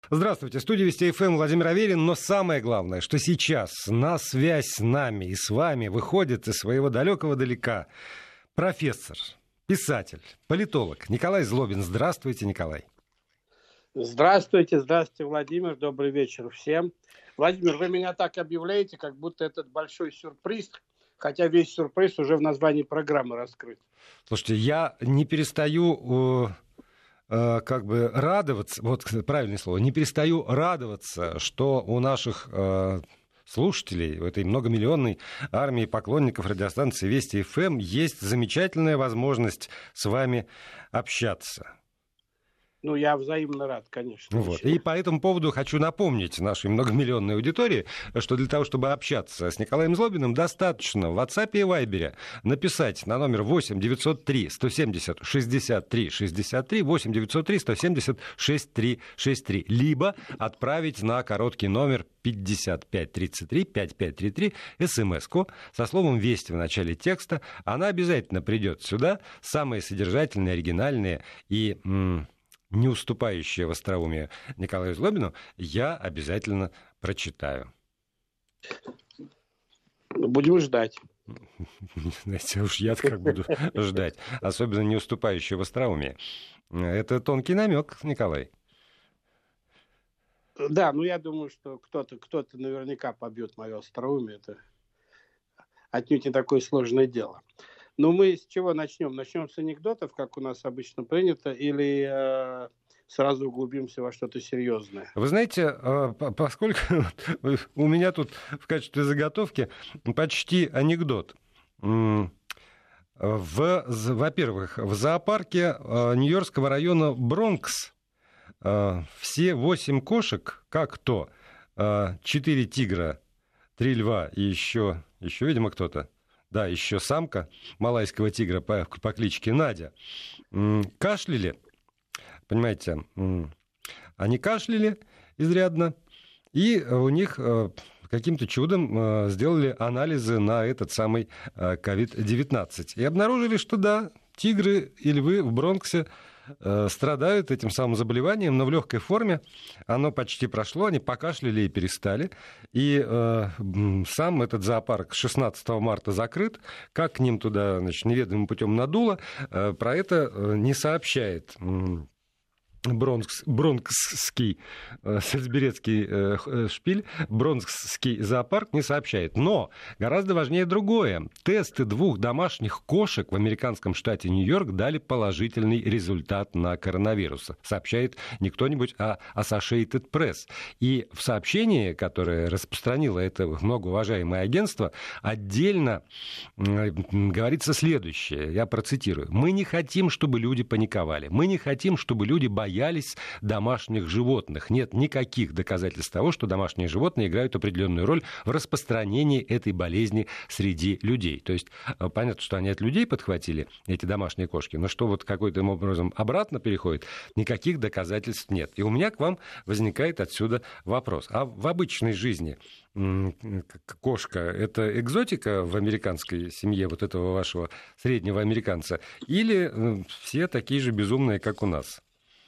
Здравствуйте, студия Вести ФМ, Владимир Аверин. Но самое главное, что сейчас на связь с нами и с вами выходит из своего далекого далека профессор, писатель, политолог Николай Злобин. Здравствуйте, Николай. Здравствуйте, Владимир. Добрый вечер всем. Владимир, вы меня так объявляете, как будто этот большой сюрприз, хотя весь сюрприз уже в названии программы раскрыт. Слушайте, я не перестаю радоваться, вот правильное слово, не перестаю радоваться, что у наших слушателей, у этой многомиллионной армии поклонников радиостанции Вести ФМ есть замечательная возможность с вами общаться. Ну, я взаимно рад, конечно. Вот. И по этому поводу хочу напомнить нашей многомиллионной аудитории, что для того, чтобы общаться с Николаем Злобиным, достаточно в WhatsApp и Viber написать на номер 8 903 170 63 63, 8 903 170 63 63, либо отправить на короткий номер 5533, 5533 смс-ку со словом «Вести» в начале текста. Она обязательно придет сюда, самые содержательные, оригинальные и не уступающие в остроумие Николаю Злобину, я обязательно прочитаю. Будем ждать. Знаете, уж я как буду ждать. Особенно не уступающие в остроумие. Это тонкий намек, Николай. Да, я думаю, что кто-то наверняка побьет мое остроумие. Это отнюдь не такое сложное дело. Но мы с чего начнем? Начнем с анекдотов, как у нас обычно принято, или сразу углубимся во что-то серьезное? Вы знаете, поскольку у меня тут в качестве заготовки почти анекдот. Во-первых, в зоопарке Нью-Йоркского района Бронкс все 8 кошек, как то 4 тигра, 3 льва и еще, видимо, кто-то. Да, еще самка малайского тигра по кличке Надя. Кашляли, понимаете, они кашляли изрядно, и у них каким-то чудом сделали анализы на этот самый COVID-19. И обнаружили, что да, тигры и львы в Бронксе страдают этим самым заболеванием, но в легкой форме. Оно почти прошло, они покашляли и перестали. И сам этот зоопарк 16 марта закрыт. Как к ним туда, неведомым путем надуло, про это не сообщает Бронксский, Сальцбургский шпиль, Бронксский зоопарк не сообщает. Но гораздо важнее другое. Тесты 2 домашних кошек в американском штате Нью-Йорк дали положительный результат на коронавирус. Сообщает не кто-нибудь, а Associated Press. И в сообщении, которое распространило это многоуважаемое агентство, отдельно говорится следующее. Я процитирую. «Мы не хотим, чтобы люди паниковали. Мы не хотим, чтобы люди боялись домашних животных. Нет никаких доказательств того, что домашние животные играют определенную роль в распространении этой болезни среди людей». То есть понятно, что они от людей подхватили, эти домашние кошки, но что вот какой-то образом обратно переходит, никаких доказательств нет. И у меня к вам возникает отсюда вопрос. А в обычной жизни кошка — это экзотика в американской семье вот этого вашего среднего американца? Или все такие же безумные, как у нас?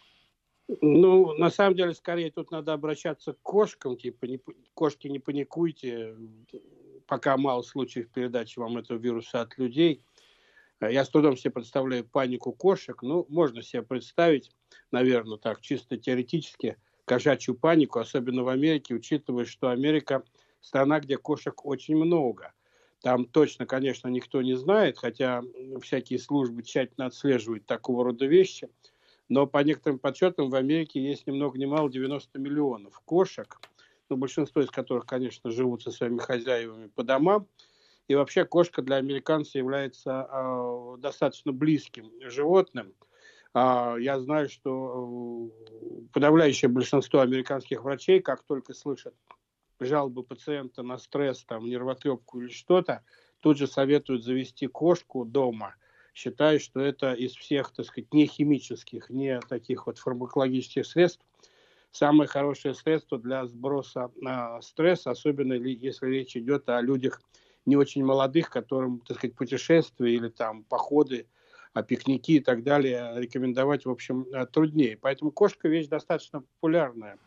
На самом деле, скорее тут надо обращаться к кошкам, кошки, не паникуйте, пока мало случаев передачи вам этого вируса от людей. Я с трудом себе представляю панику кошек, можно себе представить, наверное, так, чисто теоретически, кошачью панику, особенно в Америке, учитывая, что Америка — страна, где кошек очень много. Там точно, конечно, никто не знает, хотя всякие службы тщательно отслеживают такого рода вещи. Но по некоторым подсчетам в Америке есть ни много ни мало 90 миллионов кошек, большинство из которых, конечно, живут со своими хозяевами по домам. И вообще кошка для американца является достаточно близким животным. Я знаю, что подавляющее большинство американских врачей, как только слышат жалобы пациента на стресс, нервотрепку или что-то, тут же советуют завести кошку дома, считаю, что это из всех, так сказать, не химических, не таких вот фармакологических средств самое хорошее средство для сброса стресса, особенно если речь идет о людях не очень молодых, которым, так сказать, путешествия или походы, пикники и так далее рекомендовать, в общем, труднее. Поэтому кошка вещь достаточно популярная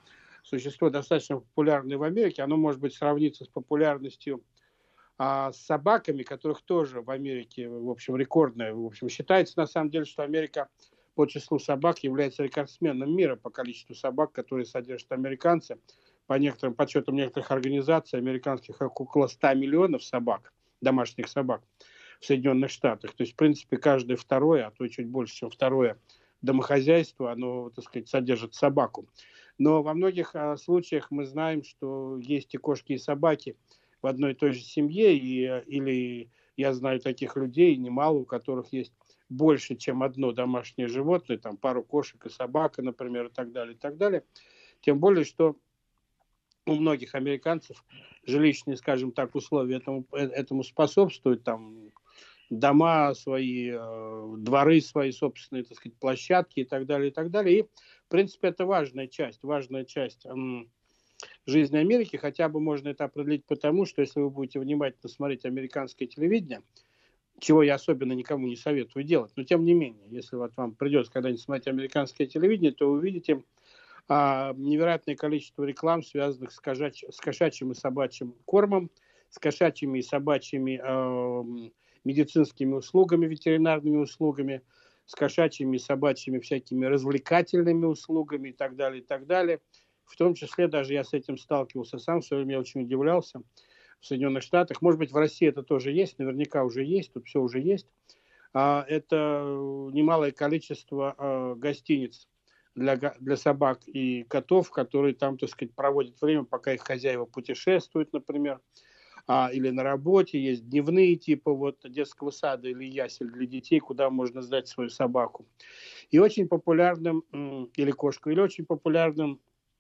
существо достаточно популярное в Америке. Оно может быть сравниться с популярностью с собаками, которых тоже в Америке, в общем, рекордная. В общем, считается на самом деле, что Америка по числу собак является рекордсменом мира по количеству собак, которые содержат американцы. По некоторым подсчетам некоторых организаций американских около 100 миллионов собак, домашних собак в Соединенных Штатах. То есть, в принципе, каждое второе, а то и чуть больше, чем второе домохозяйство, оно, так сказать, содержит собаку. Но во многих случаях мы знаем, что есть и кошки, и собаки в одной и той же семье, или я знаю таких людей, немало, у которых есть больше, чем одно домашнее животное, там пару кошек и собака, например, и так далее, и так далее. Тем более, что у многих американцев жилищные, скажем так, условия этому способствуют, там дома свои, дворы свои собственные, так сказать, площадки и так далее, и так далее. И, в принципе, это важная часть жизни Америки, хотя бы можно это определить потому, что если вы будете внимательно смотреть американское телевидение, чего я особенно никому не советую делать, но тем не менее, если вот вам придется когда-нибудь смотреть американское телевидение, то вы увидите невероятное количество реклам, связанных с кошачьим и собачьим кормом, с кошачьими и собачьими медицинскими услугами, ветеринарными услугами, с кошачьими и собачьими всякими развлекательными услугами и так далее, и так далее. В том числе даже я с этим сталкивался сам, в свое время я очень удивлялся в Соединенных Штатах. Может быть, в России это тоже есть, наверняка уже есть, тут все уже есть. Это немалое количество гостиниц для собак и котов, которые там, так сказать, проводят время, пока их хозяева путешествуют, например, или на работе. Есть дневные типа вот детского сада или ясель для детей, куда можно сдать свою собаку. И очень популярным, или кошку, или очень популярным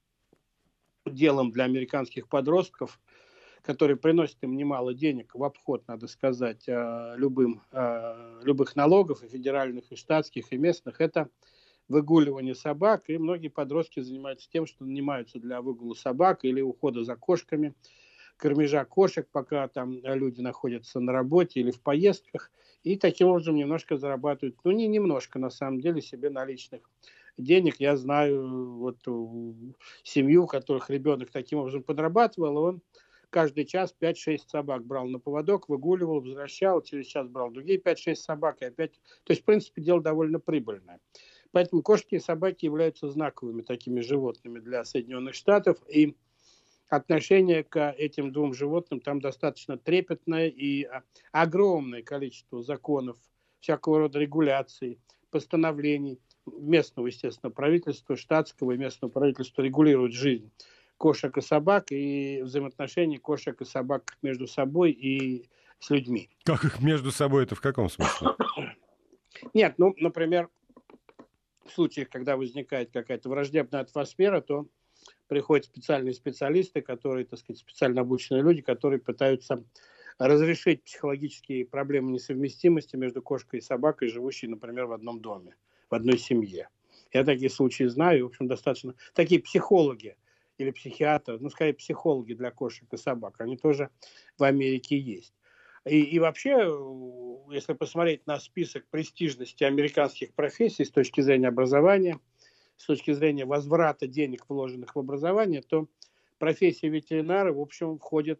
делом для американских подростков, которые приносят им немало денег в обход, надо сказать, любых налогов, и федеральных, и штатских, и местных, это выгуливание собак. И многие подростки занимаются тем, что нанимаются для выгула собак или ухода за кошками, кормежа кошек, пока там люди находятся на работе или в поездках, и таким образом немножко зарабатывают, ну не немножко, на самом деле, себе наличных денег. Я знаю вот семью, у которых ребенок таким образом подрабатывал, он каждый час 5-6 собак брал на поводок, выгуливал, возвращал, через час брал другие 5-6 собак, и опять... То есть, в принципе, дело довольно прибыльное. Поэтому кошки и собаки являются знаковыми такими животными для Соединенных Штатов, и отношение к этим двум животным там достаточно трепетное, и огромное количество законов, всякого рода регуляций, постановлений местного, естественно, правительства, штатского и местного правительства регулируют жизнь кошек и собак и взаимоотношения кошек и собак между собой и с людьми. Как их между собой, это в каком смысле? Нет, ну, например, в случаях, когда возникает какая-то враждебная атмосфера, то приходят специальные специалисты, которые, так сказать, специально обученные люди, которые пытаются разрешить психологические проблемы несовместимости между кошкой и собакой, живущей, например, в одном доме, в одной семье. Я такие случаи знаю, в общем, достаточно. Такие психологи или психиатры, ну, скорее, психологи для кошек и собак, они тоже в Америке есть. И вообще, если посмотреть на список престижности американских профессий с точки зрения образования, с точки зрения возврата денег, вложенных в образование, то профессия ветеринара, в общем, входит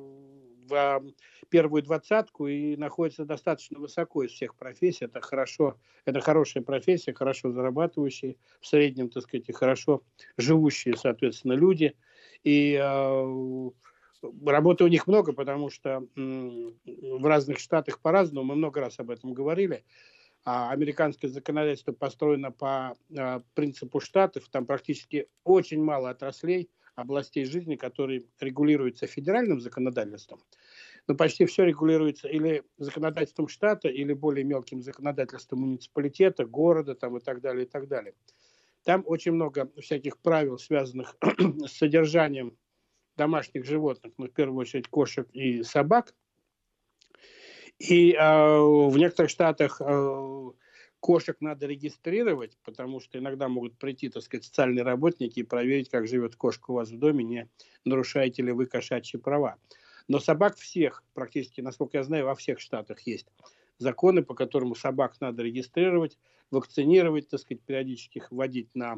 в первую двадцатку и находится достаточно высоко из всех профессий. Это хорошо, это хорошая профессия, хорошо зарабатывающие, в среднем, так сказать, и хорошо живущие, соответственно, люди. И работы у них много, потому что в разных штатах по-разному, мы много раз об этом говорили. Американское законодательство построено по принципу штатов, там практически очень мало отраслей, областей жизни, которые регулируются федеральным законодательством, но почти все регулируется или законодательством штата, или более мелким законодательством муниципалитета, города там, и так далее, и так далее. Там очень много всяких правил, связанных с содержанием домашних животных, ну, в первую очередь кошек и собак. И в некоторых штатах кошек надо регистрировать, потому что иногда могут прийти, так сказать, социальные работники и проверить, как живет кошка у вас в доме, не нарушаете ли вы кошачьи права. Но собак всех, практически, насколько я знаю, во всех штатах есть законы, по которым собак надо регистрировать, вакцинировать, так сказать, периодически их вводить на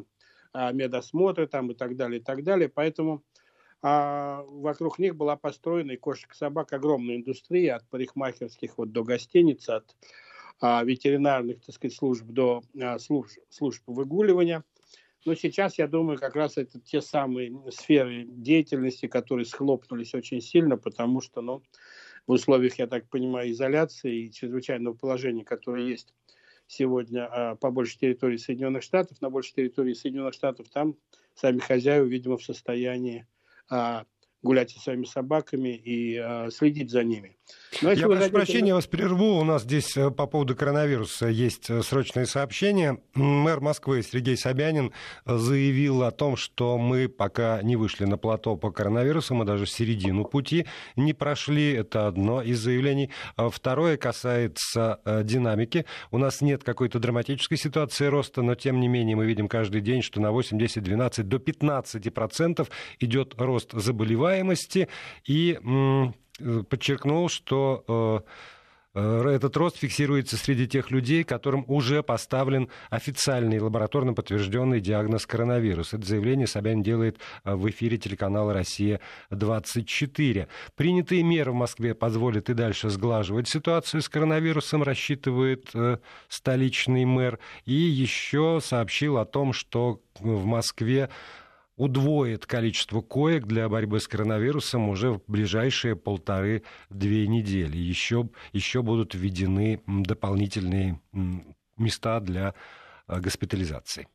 медосмотры там и так далее, и так далее. Поэтому вокруг них была построена и кошек и собак огромная индустрия, от парикмахерских вот до гостиниц, от ветеринарных, так сказать, служб до служб выгуливания. Но сейчас, я думаю, как раз это те самые сферы деятельности, которые схлопнулись очень сильно, потому что, в условиях, я так понимаю, изоляции и чрезвычайного положения, которое есть сегодня по большей территории Соединенных Штатов, на большей территории Соединенных Штатов, там сами хозяева, видимо, в состоянии гулять со своими собаками и следить за ними. Я прошу прощения, я вас прерву. У нас здесь по поводу коронавируса есть срочные сообщения. Мэр Москвы Сергей Собянин заявил о том, что мы пока не вышли на плато по коронавирусу, мы даже середину пути не прошли. Это одно из заявлений. Второе касается динамики. У нас нет какой-то драматической ситуации роста, но тем не менее мы видим каждый день, что на 8, 10, 12 до 15% идет рост заболеваемости. И подчеркнул, что этот рост фиксируется среди тех людей, которым уже поставлен официальный лабораторно подтвержденный диагноз коронавирус. Это заявление Собянин делает в эфире телеканала «Россия-24». Принятые меры в Москве позволят и дальше сглаживать ситуацию с коронавирусом, рассчитывает столичный мэр. И еще сообщил о том, что в Москве удвоит количество коек для борьбы с коронавирусом уже в ближайшие 1,5-2 недели. Еще будут введены дополнительные места для госпитализации.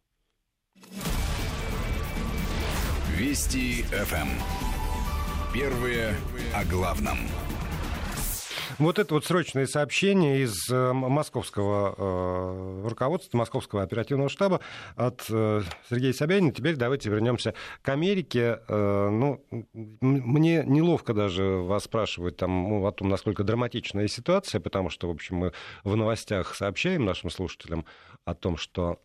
Вести ФМ. Первые о главном. Вот это вот срочное сообщение из московского руководства, московского оперативного штаба от Сергея Собянина. Теперь давайте вернемся к Америке. Мне неловко даже вас спрашивать о том, насколько драматичная ситуация, потому что, в общем, мы в новостях сообщаем нашим слушателям о том, что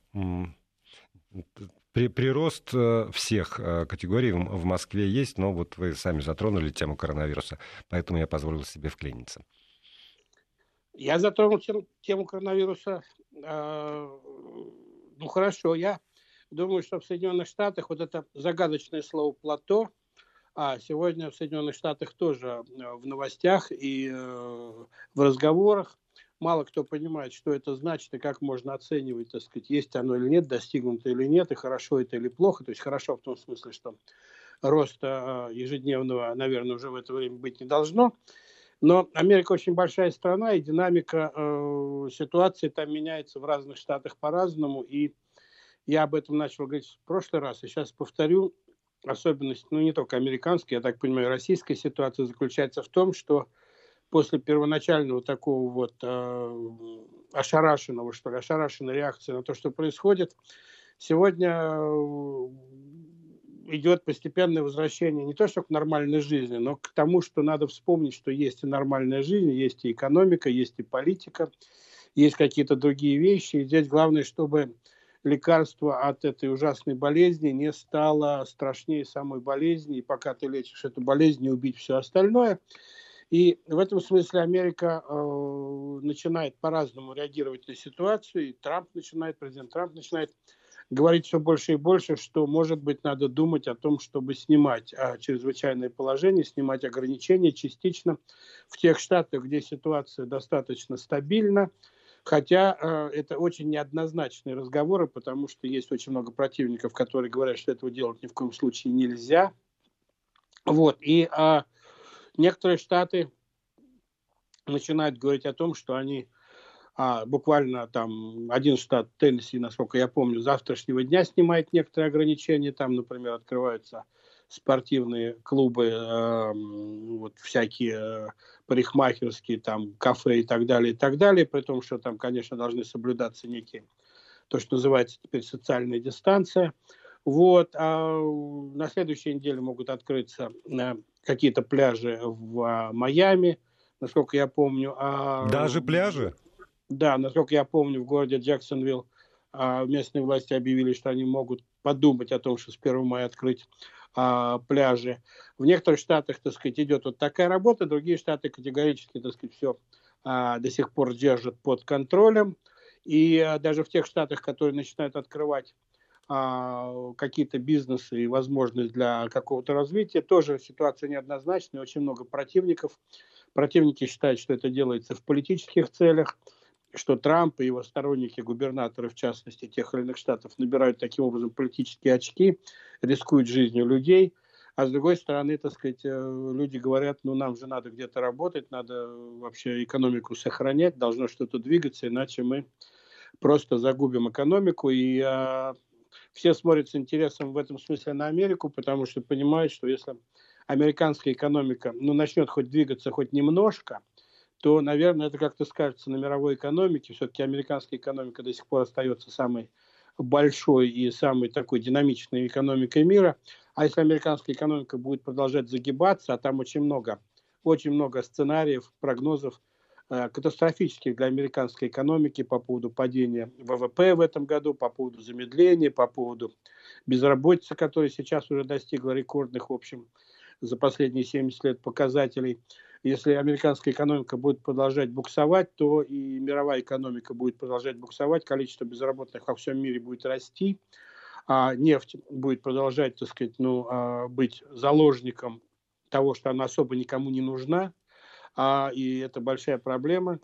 прирост всех категорий в Москве есть, но вот вы сами затронули тему коронавируса, поэтому я позволил себе вклиниться. Я затронул тему коронавируса. Хорошо, я думаю, что в Соединенных Штатах вот это загадочное слово «плато», сегодня в Соединенных Штатах тоже в новостях и в разговорах. Мало кто понимает, что это значит и как можно оценивать, так сказать, есть оно или нет, достигнуто или нет, и хорошо это или плохо. То есть хорошо в том смысле, что роста ежедневного, наверное, уже в это время быть не должно. Но Америка очень большая страна, и динамика ситуации там меняется в разных штатах по-разному. И я об этом начал говорить в прошлый раз, и сейчас повторю. Особенность, не только американская, я так понимаю, российская ситуация заключается в том, что после первоначального такого вот ошарашенной реакции на то, что происходит, сегодня идет постепенное возвращение не то что к нормальной жизни, но к тому, что надо вспомнить, что есть и нормальная жизнь, есть и экономика, есть и политика, есть какие-то другие вещи. И здесь главное, чтобы лекарство от этой ужасной болезни не стало страшнее самой болезни, и пока ты лечишь эту болезнь, не убить все остальное. И в этом смысле Америка начинает по-разному реагировать на ситуацию, и президент Трамп начинает говорить все больше и больше, что, может быть, надо думать о том, чтобы снимать чрезвычайное положение, снимать ограничения частично в тех штатах, где ситуация достаточно стабильна. Хотя это очень неоднозначные разговоры, потому что есть очень много противников, которые говорят, что этого делать ни в коем случае нельзя. И некоторые штаты начинают говорить о том, что они буквально там один штат Теннесси, насколько я помню, с завтрашнего дня снимает некоторые ограничения. Там, например, открываются спортивные клубы, всякие парикмахерские, там, кафе и так далее, при том, что там, конечно, должны соблюдаться некие, то, что называется теперь социальная дистанция. На следующей неделе могут открыться какие-то пляжи в Майами, насколько я помню. Даже пляжи? Да, насколько я помню, в городе Джексонвилл местные власти объявили, что они могут подумать о том, что с 1 мая открыть пляжи. В некоторых штатах, так сказать, идет вот такая работа, другие штаты категорически, так сказать, все до сих пор держат под контролем. И даже в тех штатах, которые начинают открывать какие-то бизнесы и возможность для какого-то развития. Тоже ситуация неоднозначная, очень много противников. Противники считают, что это делается в политических целях, что Трамп и его сторонники, губернаторы, в частности, тех или иных штатов, набирают таким образом политические очки, рискуют жизнью людей. А с другой стороны, так сказать, люди говорят, ну нам же надо где-то работать, надо вообще экономику сохранять, должно что-то двигаться, иначе мы просто загубим экономику. И все смотрят с интересом в этом смысле на Америку, потому что понимают, что если американская экономика начнет хоть двигаться хоть немножко, то, наверное, это как-то скажется на мировой экономике. Все-таки американская экономика до сих пор остается самой большой и самой такой динамичной экономикой мира. А если американская экономика будет продолжать загибаться, а там очень много сценариев, прогнозов катастрофических для американской экономики по поводу падения ВВП в этом году, по поводу замедления, по поводу безработицы, которая сейчас уже достигла рекордных, в общем, за последние 70 лет показателей. Если американская экономика будет продолжать буксовать, то и мировая экономика будет продолжать буксовать, количество безработных во всем мире будет расти, а нефть будет продолжать, так сказать, быть заложником того, что она особо никому не нужна, и это большая проблема.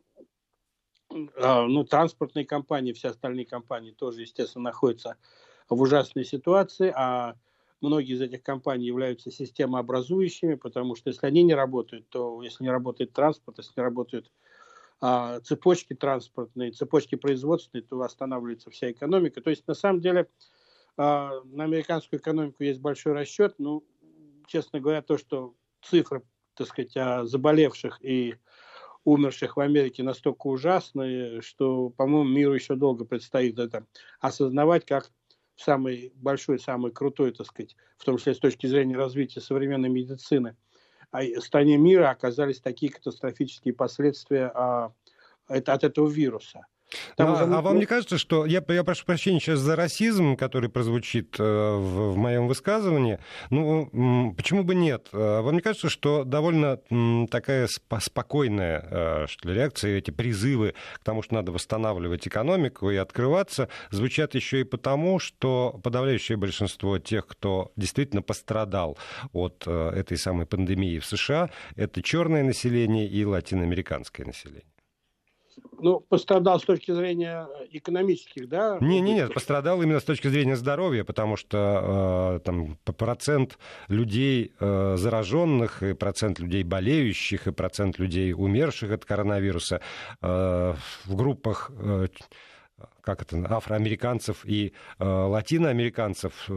Транспортные компании, все остальные компании тоже, естественно, находятся в ужасной ситуации, а многие из этих компаний являются системообразующими, потому что если они не работают, то если не работает транспорт, если не работают цепочки транспортные, цепочки производственные, то останавливается вся экономика. То есть, на самом деле, на американскую экономику есть большой расчет. Честно говоря, то, что цифры, так сказать, заболевших и умерших в Америке настолько ужасные, что, по-моему, миру еще долго предстоит это осознавать, как в самой большой, самой крутой, так сказать, в том числе с точки зрения развития современной медицины, в стране мира оказались такие катастрофические последствия от этого вируса. Вам не кажется, что... Я прошу прощения сейчас за расизм, который прозвучит в моем высказывании. Почему бы нет? Вам не кажется, что довольно такая спокойная реакция, эти призывы к тому, что надо восстанавливать экономику и открываться, звучат еще и потому, что подавляющее большинство тех, кто действительно пострадал от этой самой пандемии в США, это черное население и латиноамериканское население? Пострадал с точки зрения экономических, да? Нет, пострадал именно с точки зрения здоровья, потому что процент людей зараженных, и процент людей болеющих, и процент людей умерших от коронавируса в группах афроамериканцев и латиноамериканцев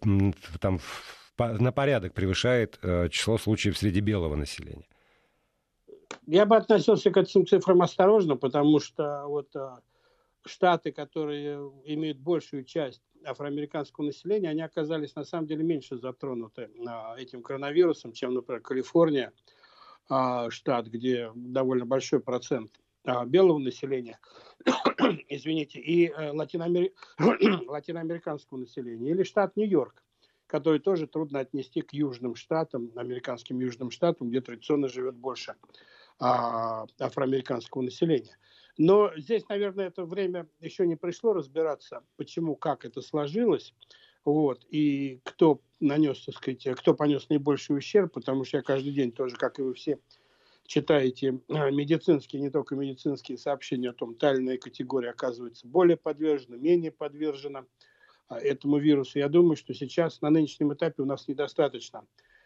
на порядок превышает число случаев среди белого населения. Я бы относился к этим цифрам осторожно, потому что штаты, которые имеют большую часть афроамериканского населения, они оказались на самом деле меньше затронуты этим коронавирусом, чем, например, Калифорния, штат, где довольно большой процент белого населения, извините, и латиноамериканского населения, или штат Нью-Йорк, который тоже трудно отнести к южным штатам, американским южным штатам, где традиционно живет больше афроамериканского населения. Но здесь, наверное, это время еще не пришло разбираться, почему, как это сложилось, и кто понес наибольший ущерб, потому что я каждый день тоже, как и вы все, читаете медицинские, не только медицинские сообщения о том, та или иная категория оказывается более подвержена, менее подвержена этому вирусу. Я думаю, что сейчас на нынешнем этапе у нас недостаточно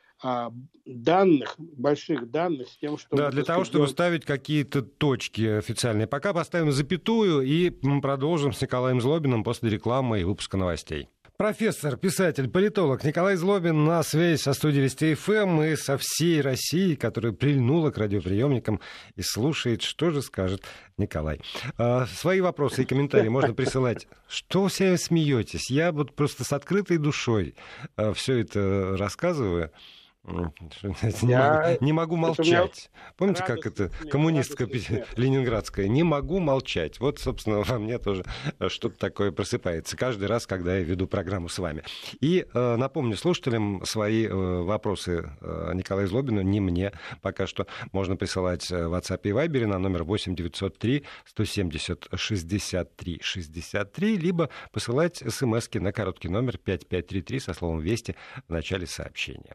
больших данных с тем, чтобы... Да, для того, чтобы ставить какие-то точки официальные. Пока поставим запятую и продолжим с Николаем Злобиным после рекламы и выпуска новостей. Профессор, писатель, политолог Николай Злобин на связи со студией Вести ФМ и со всей Россией, которая прильнула к радиоприемникам и слушает, что же скажет Николай. Свои вопросы и комментарии можно присылать. Что вы все смеетесь? Я просто с открытой душой все это рассказываю. Не могу молчать. Помните, как это коммунистка ленинградская? Не могу молчать. Вот, собственно, во мне тоже что-то такое просыпается каждый раз, когда я веду программу с вами. И напомню слушателям свои вопросы Николаю Злобину, не мне пока что, можно присылать в WhatsApp и Viber на номер 8 903 170 63 63, либо посылать смски на короткий номер 5533 со словом «Вести» в начале сообщения.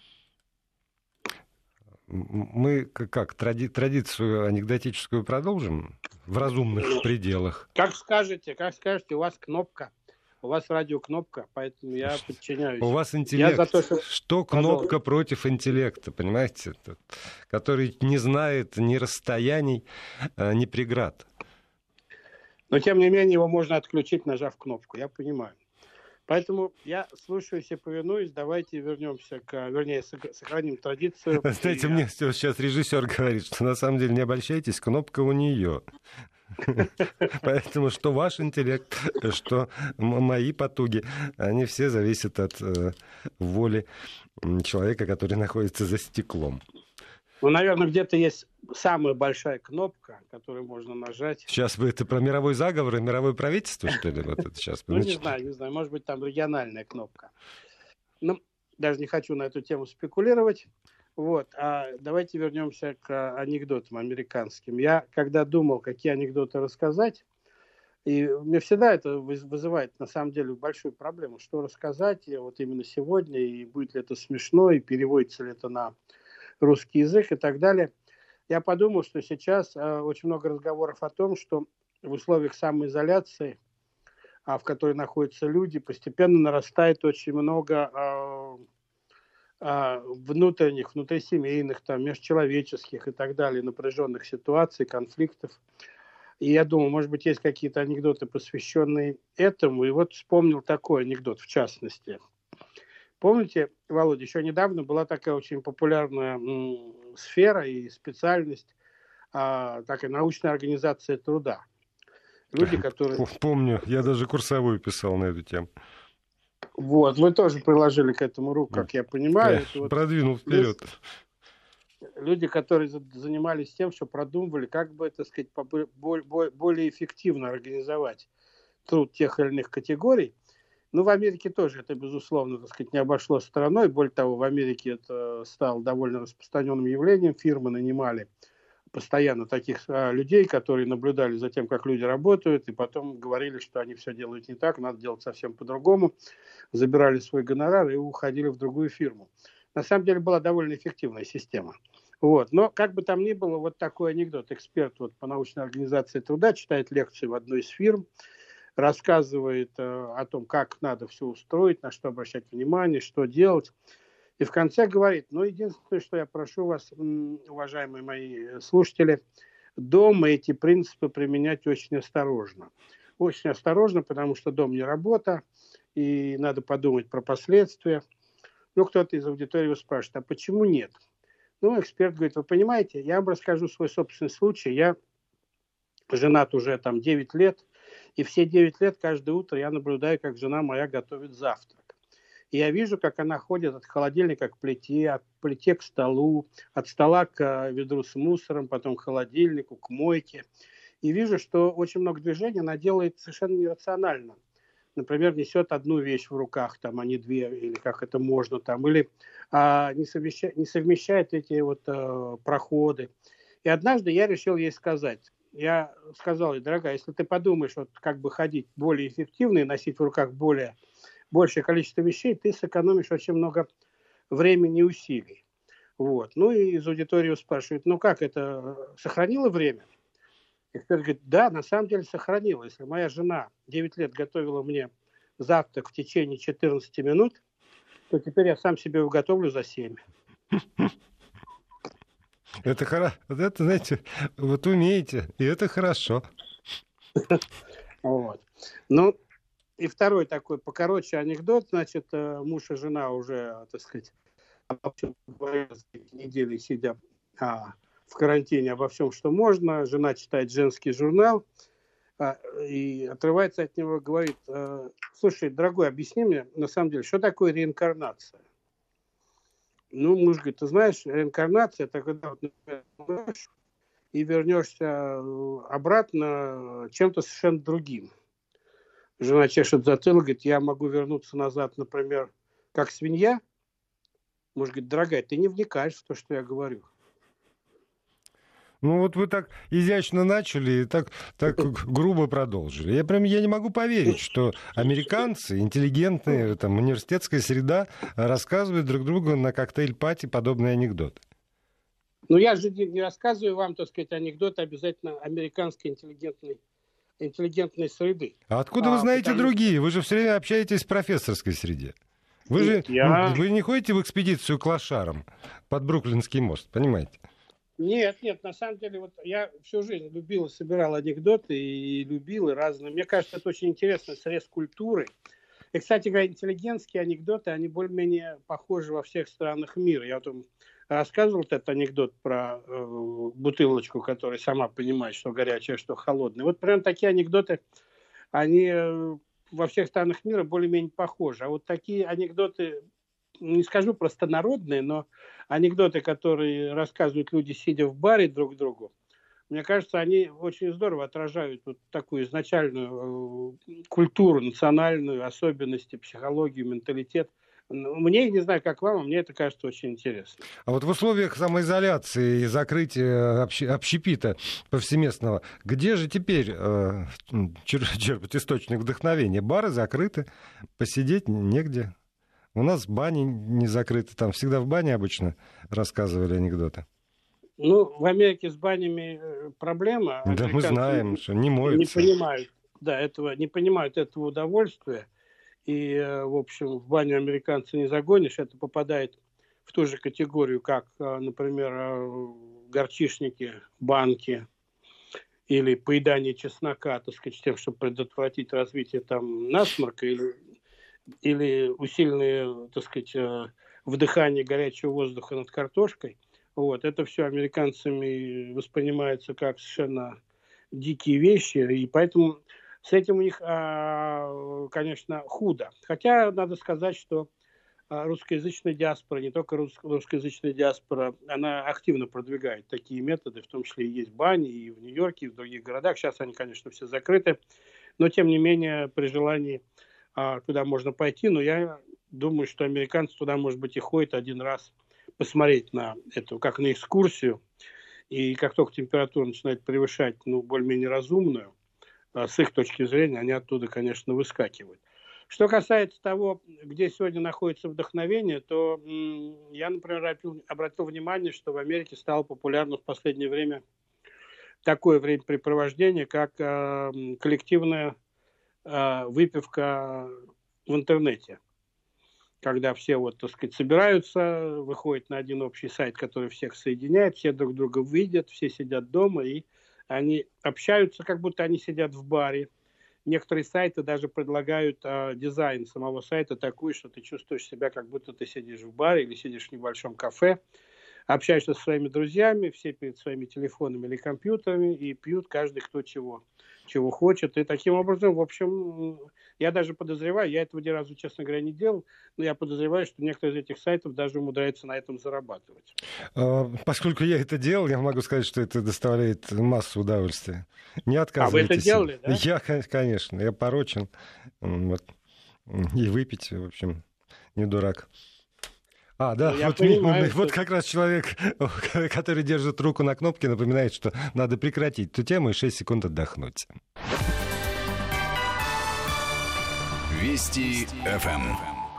Мы как традицию анекдотическую продолжим в разумных пределах? Как скажете, у вас кнопка. У вас радиокнопка, поэтому я подчиняюсь. У вас интеллект. За то, что кнопка против интеллекта, понимаете? Который не знает ни расстояний, ни преград. Но, тем не менее, его можно отключить, нажав кнопку. Я понимаю. Поэтому я слушаюсь и повинуюсь. Давайте вернемся сохраним традицию. Знаете, мне сейчас режиссер говорит, что на самом деле не обольщайтесь, кнопка у нее. Поэтому что ваш интеллект, что мои потуги, они все зависят от воли человека, который находится за стеклом. Ну, наверное, где-то есть самая большая кнопка, которую можно нажать. Сейчас вы это про мировой заговор и мировое правительство, что ли? Вот это сейчас. Ну, не знаю. Может быть, там региональная кнопка. Ну, даже не хочу на эту тему спекулировать. Вот. А давайте вернемся к анекдотам американским. Я, когда думал, какие анекдоты рассказать, и мне всегда это вызывает, на самом деле, большую проблему, что рассказать вот именно сегодня, и будет ли это смешно, и переводится ли это на русский язык и так далее. Я подумал, что сейчас очень много разговоров о том, что в условиях самоизоляции, в которой находятся люди, постепенно нарастает очень много внутрисемейных, межчеловеческих и так далее, напряженных ситуаций, конфликтов. И я думал, может быть, есть какие-то анекдоты, посвященные этому. И вот вспомнил такой анекдот, в частности. Помните, Володя, еще недавно была такая очень популярная сфера и специальность, такая научная организация труда. Люди, которые... Помню, я даже курсовую писал на эту тему. Вот, вы тоже приложили к этому руку, как я понимаю. Продвинул вперед. Люди, которые занимались тем, что продумывали, как бы, так сказать, более эффективно организовать труд тех или иных категорий. Ну, в Америке тоже это, безусловно, так сказать, не обошло стороной. Более того, в Америке это стало довольно распространенным явлением. Фирмы нанимали постоянно таких людей, которые наблюдали за тем, как люди работают, и потом говорили, что они все делают не так, надо делать совсем по-другому. Забирали свой гонорар и уходили в другую фирму. На самом деле была довольно эффективная система. Вот. Но как бы там ни было, вот такой анекдот. Эксперт по научной организации труда читает лекции в одной из фирм, рассказывает о том, как надо все устроить, на что обращать внимание, что делать. И в конце говорит, единственное, что я прошу вас, уважаемые мои слушатели, дома эти принципы применять очень осторожно. Очень осторожно, потому что дом не работа, и надо подумать про последствия. Кто-то из аудитории его спрашивает, а почему нет? Эксперт говорит, вы понимаете, я вам расскажу свой собственный случай. Я женат уже 9 лет, и все 9 лет каждое утро я наблюдаю, как жена моя готовит завтрак. И я вижу, как она ходит от холодильника к плите, от плите к столу, от стола к ведру с мусором, потом к холодильнику, к мойке. И вижу, что очень много движений она делает совершенно нерационально. Например, несет одну вещь в руках, а не две, или как это можно, или не совмещает эти проходы. И однажды я решил ей сказать, я сказал ей, дорогая, если ты подумаешь, как бы ходить более эффективно и носить в руках большее количество вещей, ты сэкономишь очень много времени и усилий. И из аудитории спрашивают, как это, сохранило время? Эксперт говорит, да, на самом деле сохранило. Если моя жена 9 лет готовила мне завтрак в течение 14 минут, то теперь я сам себе его готовлю за 7. Это хорошо. Это, знаете, умеете, и это хорошо. И второй такой покороче анекдот. Значит, муж и жена уже, так сказать, недели сидя в карантине обо всем, что можно. Жена читает женский журнал и отрывается от него, говорит, слушай, дорогой, объясни мне, на самом деле, что такое реинкарнация? Ну, муж говорит, ты знаешь, реинкарнация, это когда вот, например, умрешь и вернешься обратно чем-то совершенно другим. Жена чешет затылок, говорит, я могу вернуться назад, например, как свинья. Муж говорит, дорогая, ты не вникаешь в то, что я говорю. Ну вот вы так изящно начали и так грубо продолжили. Я не могу поверить, что американцы, интеллигентные, там, университетская среда, рассказывают друг другу на коктейль-пати подобные анекдоты. Ну, я же не рассказываю вам, так сказать, анекдоты обязательно американской интеллигентной среды. А откуда вы знаете другие? Вы же все время общаетесь в профессорской среде. Вы же вы не ходите в экспедицию к лошарам под Бруклинский мост, понимаете? Нет, на самом деле, вот я всю жизнь любил и собирал анекдоты, и любил, и разные. Мне кажется, это очень интересный срез культуры. И, кстати говоря, интеллигентские анекдоты, они более-менее похожи во всех странах мира. Я вот рассказывал этот анекдот про бутылочку, которая сама понимает, что горячая, что холодная. Вот прям такие анекдоты, они во всех странах мира более-менее похожи. А вот такие анекдоты, не скажу простонародные, но анекдоты, которые рассказывают люди, сидя в баре друг другу, мне кажется, они очень здорово отражают вот такую изначальную культуру, национальную особенности, психологию, менталитет. Мне, не знаю, как вам, а мне это кажется очень интересно. А вот в условиях самоизоляции и закрытия общепита повсеместного, где же теперь черпать источник вдохновения? Бары закрыты, посидеть негде. У нас бани не закрыты, там всегда в бане обычно рассказывали анекдоты. Ну, в Америке с банями проблема. Да, мы знаем, что не моются. Не понимают этого удовольствия. И, в общем, в баню американца не загонишь. Это попадает в ту же категорию, как, например, горчишники, банки или поедание чеснока, так сказать, с тем, чтобы предотвратить развитие там насморка или усиленное, так сказать, вдыхание горячего воздуха над картошкой. Вот. Это все американцами воспринимается как совершенно дикие вещи, и поэтому с этим у них, конечно, худо. Хотя надо сказать, что русскоязычная диаспора, не только русскоязычная диаспора, она активно продвигает такие методы, в том числе и есть бани и в Нью-Йорке, и в других городах. Сейчас они, конечно, все закрыты, но, тем не менее, при желании туда можно пойти. Но я думаю, что американцы туда, может быть, и ходят один раз посмотреть на это, как на экскурсию. И как только температура начинает превышать, более-менее разумную, с их точки зрения, они оттуда, конечно, выскакивают. Что касается того, где сегодня находится вдохновение, то я, например, обратил внимание, что в Америке стало популярно в последнее время такое времяпрепровождение, как коллективная выпивка в интернете. Когда все, так сказать, собираются, выходят на один общий сайт, который всех соединяет, все друг друга видят, все сидят дома, и они общаются, как будто они сидят в баре. Некоторые сайты даже предлагают дизайн самого сайта такой, что ты чувствуешь себя, как будто ты сидишь в баре или сидишь в небольшом кафе, общаешься со своими друзьями, все перед своими телефонами или компьютерами, и пьют каждый кто чего хочет. И таким образом, в общем, я даже подозреваю, я этого ни разу, честно говоря, не делал, но я подозреваю, что некоторые из этих сайтов даже умудряются на этом зарабатывать. Поскольку я это делал, я могу сказать, что это доставляет массу удовольствия. Не отказывайтесь. А вы это делали, да? Я, конечно, я порочен. Вот. И выпить, в общем, не дурак. Да, вот как раз человек, который держит руку на кнопке, напоминает, что надо прекратить эту тему и 6 секунд отдохнуть. Вести ФМ.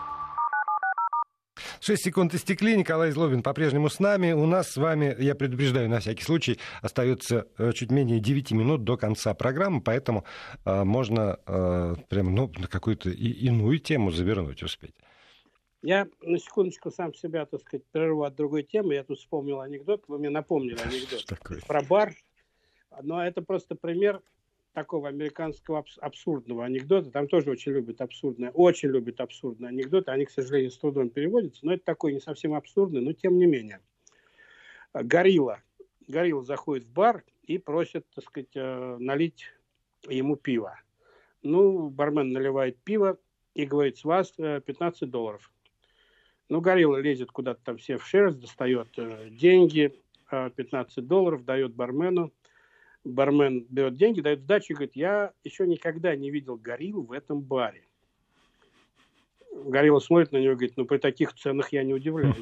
6 секунд истекли. Николай Злобин по-прежнему с нами. У нас с вами, я предупреждаю на всякий случай, остается чуть менее 9 минут до конца программы, поэтому можно прям на какую-то иную тему завернуть успеть. Я на секундочку сам себя, так сказать, прерву от другой темы. Я тут вспомнил анекдот. Вы мне напомнили анекдот про бар. Но это просто пример такого американского абсурдного анекдота. Там тоже очень любят абсурдные анекдоты. Они, к сожалению, с трудом переводятся. Но это такой не совсем абсурдный, но тем не менее. Горилла заходит в бар и просит, так сказать, налить ему пиво. Бармен наливает пиво и говорит, с вас $15. Ну, горилла лезет куда-то там, все в шерсть, достает деньги, $15, дает бармену. Бармен берет деньги, дает сдачу и говорит, я еще никогда не видел гориллу в этом баре. Горилла смотрит на него и говорит, ну, при таких ценах я не удивляюсь.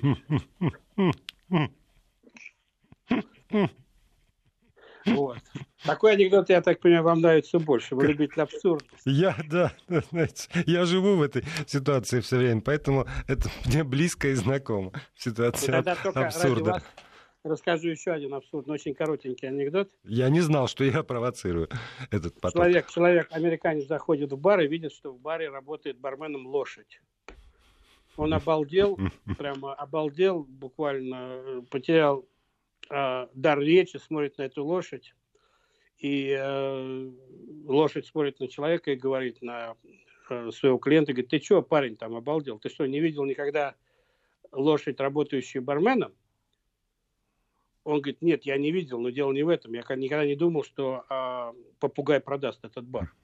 Вот. Такой анекдот, я так понимаю, вам нравится больше. Вы любите абсурдность. Знаете, я живу в этой ситуации все время, поэтому это мне близко и знакомо. Ситуация абсурда. Расскажу еще один абсурдный, очень коротенький анекдот. Я не знал, что я провоцирую этот поток. Человек, американец, заходит в бар и видит, что в баре работает барменом лошадь. Он обалдел, прямо обалдел, буквально потерял дар речи, смотрит на эту лошадь. И лошадь смотрит на человека и говорит на своего клиента, говорит, ты что, парень, там обалдел? Ты что, не видел никогда лошадь, работающую барменом? Он говорит, нет, я не видел, но дело не в этом. Я никогда не думал, что попугай продаст этот бар.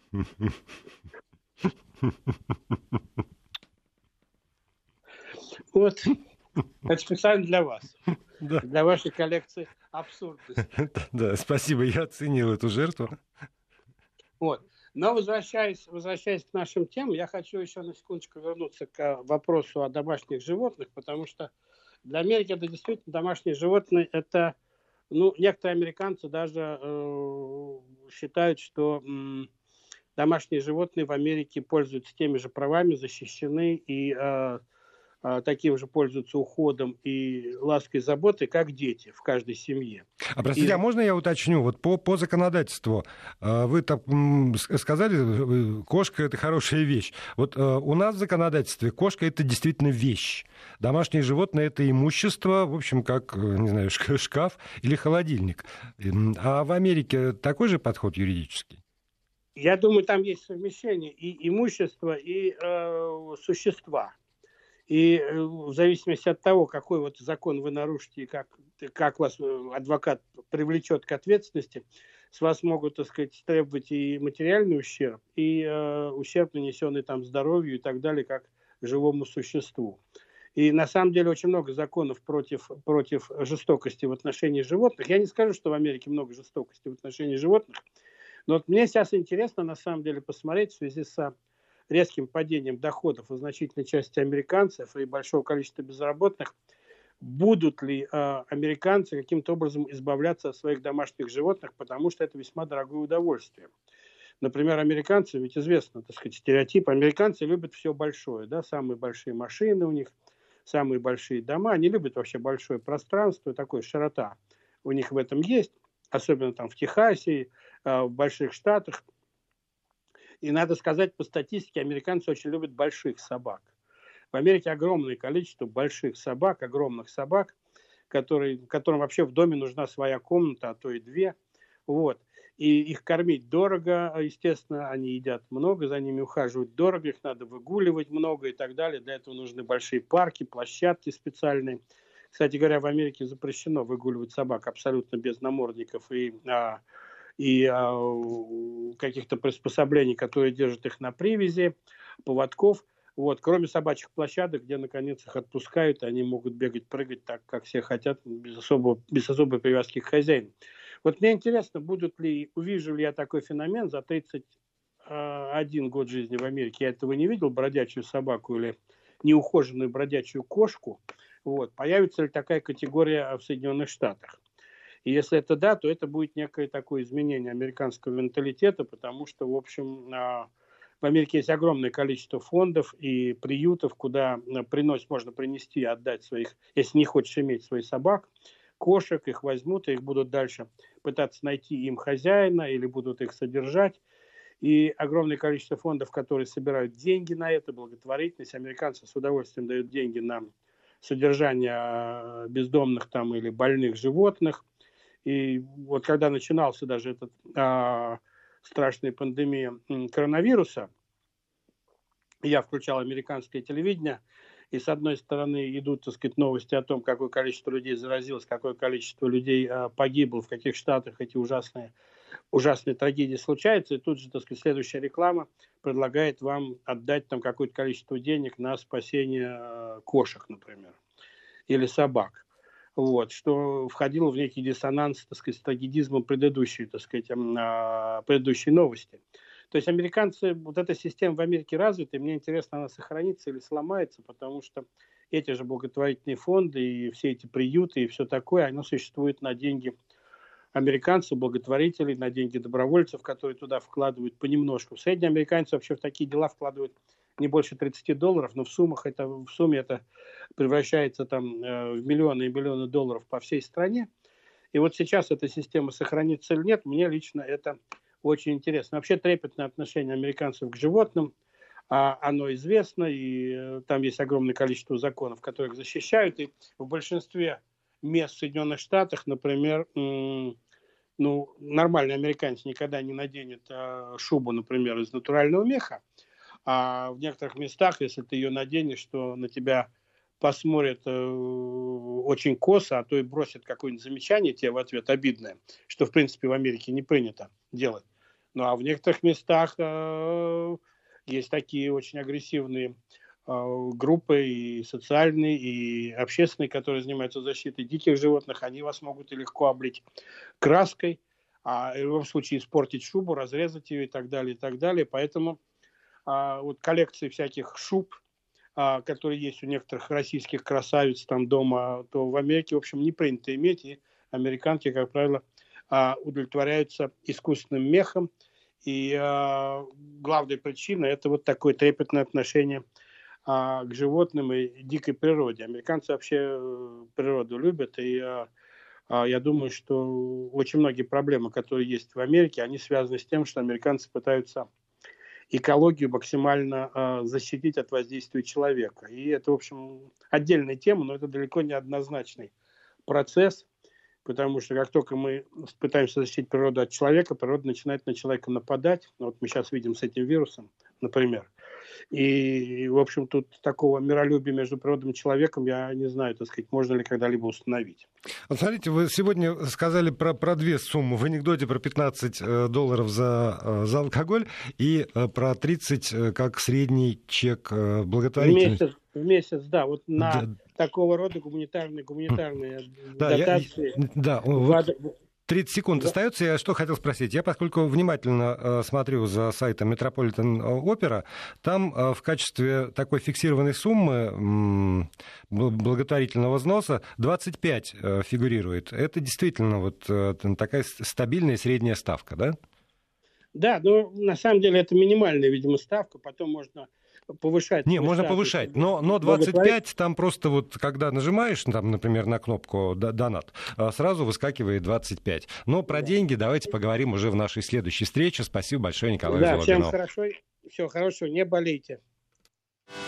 Вот. Это специально для вас. Да. Для вашей коллекции абсурдности. Да, спасибо, я оценил эту жертву. Вот. Но возвращаясь к нашим темам, я хочу еще на секундочку вернуться к вопросу о домашних животных, потому что для Америки это действительно домашние животные. Это, некоторые американцы даже считают, что домашние животные в Америке пользуются теми же правами, защищены и таким же пользуются уходом и лаской, заботой, как дети в каждой семье. Простите, а можно я уточню? Вот по законодательству вы так сказали, кошка — это хорошая вещь. Вот у нас в законодательстве кошка — это действительно вещь. Домашние животные — это имущество, в общем, как, не знаю, шкаф или холодильник. А в Америке такой же подход юридический? Я думаю, там есть совмещение и имущества, и существа. И в зависимости от того, какой вот закон вы нарушите, и как вас адвокат привлечет к ответственности, с вас могут, так сказать, требовать и материальный ущерб, и ущерб, нанесенный там здоровью и так далее, как живому существу. И на самом деле очень много законов против жестокости в отношении животных. Я не скажу, что в Америке много жестокости в отношении животных, но вот мне сейчас интересно на самом деле посмотреть в связи с резким падением доходов у значительной части американцев и большого количества безработных, будут ли американцы каким-то образом избавляться от своих домашних животных, потому что это весьма дорогое удовольствие. Например, американцы, ведь известно, так сказать, стереотип, американцы любят все большое, да, самые большие машины у них, самые большие дома, они любят вообще большое пространство, такое широта у них в этом есть, особенно там в Техасе, в больших штатах. И надо сказать, по статистике, американцы очень любят больших собак. В Америке огромное количество больших собак, огромных собак, которым вообще в доме нужна своя комната, а то и две. Вот. И их кормить дорого, естественно, они едят много, за ними ухаживать дорого, их надо выгуливать много и так далее. Для этого нужны большие парки, площадки специальные. Кстати говоря, в Америке запрещено выгуливать собак абсолютно без намордников и каких-то приспособлений, которые держат их на привязи, поводков. Вот. Кроме собачьих площадок, где, наконец, их отпускают, они могут бегать, прыгать так, как все хотят, без особой привязки к хозяину. Вот мне интересно, увижу ли я такой феномен за 31 год жизни в Америке. Я этого не видел, бродячую собаку или неухоженную бродячую кошку. Вот. Появится ли такая категория в Соединенных Штатах? И если это да, то это будет некое такое изменение американского менталитета, потому что, в общем, в Америке есть огромное количество фондов и приютов, куда можно принести и отдать своих, если не хочешь иметь своих собак, кошек, их возьмут, и их будут дальше пытаться найти им хозяина или будут их содержать. И огромное количество фондов, которые собирают деньги на это, благотворительность. Американцы с удовольствием дают деньги на содержание бездомных там или больных животных. И вот когда начинался даже эта страшная пандемия коронавируса, я включал американское телевидение, и с одной стороны идут, так сказать, новости о том, какое количество людей заразилось, какое количество людей погибло, в каких штатах эти ужасные ужасная трагедия случается, и тут же, так сказать, следующая реклама предлагает вам отдать там какое-то количество денег на спасение кошек, например, или собак. Вот, что входило в некий диссонанс, так сказать, с трагедизмом предыдущей, так сказать, предыдущей новости. То есть американцы, вот эта система в Америке развита, и мне интересно, она сохранится или сломается, потому что эти же благотворительные фонды и все эти приюты и все такое, оно существует на деньги американцев, благотворителей, на деньги добровольцев, которые туда вкладывают понемножку. Средние американцы вообще в такие дела вкладывают не больше $30, но в сумме это превращается там в миллионы и миллионы долларов по всей стране. И вот сейчас эта система сохранится или нет, мне лично это очень интересно. Вообще трепетное отношение американцев к животным, оно известно, и там есть огромное количество законов, которые их защищают. И в большинстве мест в Соединенных Штатах, например, нормальный американец никогда не наденет шубу, например, из натурального меха, а в некоторых местах, если ты ее наденешь, то на тебя посмотрят очень косо, а то и бросят какое-нибудь замечание тебе в ответ обидное, что, в принципе, в Америке не принято делать. Ну, а в некоторых местах есть такие очень агрессивные группы и социальные, и общественные, которые занимаются защитой диких животных. Они вас могут и легко облить краской, а в любом случае испортить шубу, разрезать ее и так далее, и так далее. Поэтому вот коллекции всяких шуб, которые есть у некоторых российских красавиц там дома, то в Америке, в общем, не принято иметь, и американки, как правило, удовлетворяются искусственным мехом. И главная причина – это вот такое трепетное отношение к животным и дикой природе. Американцы вообще природу любят, и я думаю, что очень многие проблемы, которые есть в Америке, они связаны с тем, что американцы пытаются экологию максимально защитить от воздействия человека. И это, в общем, отдельная тема, но это далеко не однозначный процесс, потому что как только мы пытаемся защитить природу от человека, природа начинает на человека нападать. Вот мы сейчас видим с этим вирусом, например. И, в общем, тут такого миролюбия между природой и человеком, я не знаю, так сказать, можно ли когда-либо установить. Вот смотрите, вы сегодня сказали про две суммы. В анекдоте про $15 за алкоголь и про 30 как средний чек благотворительности. В месяц, да. Вот на такого рода гуманитарные дотации. 30 секунд остается. Я что хотел спросить. Я, поскольку внимательно смотрю за сайтом Metropolitan Opera, там в качестве такой фиксированной суммы благотворительного взноса 25 фигурирует. Это действительно вот такая стабильная средняя ставка, да? Да, но на самом деле это минимальная, видимо, ставка. Потом можно повышать. Не, можно повышать, но 25 там просто вот, когда нажимаешь, там, например, на кнопку «Донат», сразу выскакивает 25. Но про деньги давайте поговорим уже в нашей следующей встрече. Спасибо большое, Николай Золотарев. Всем хорошо, все хорошо, не болейте.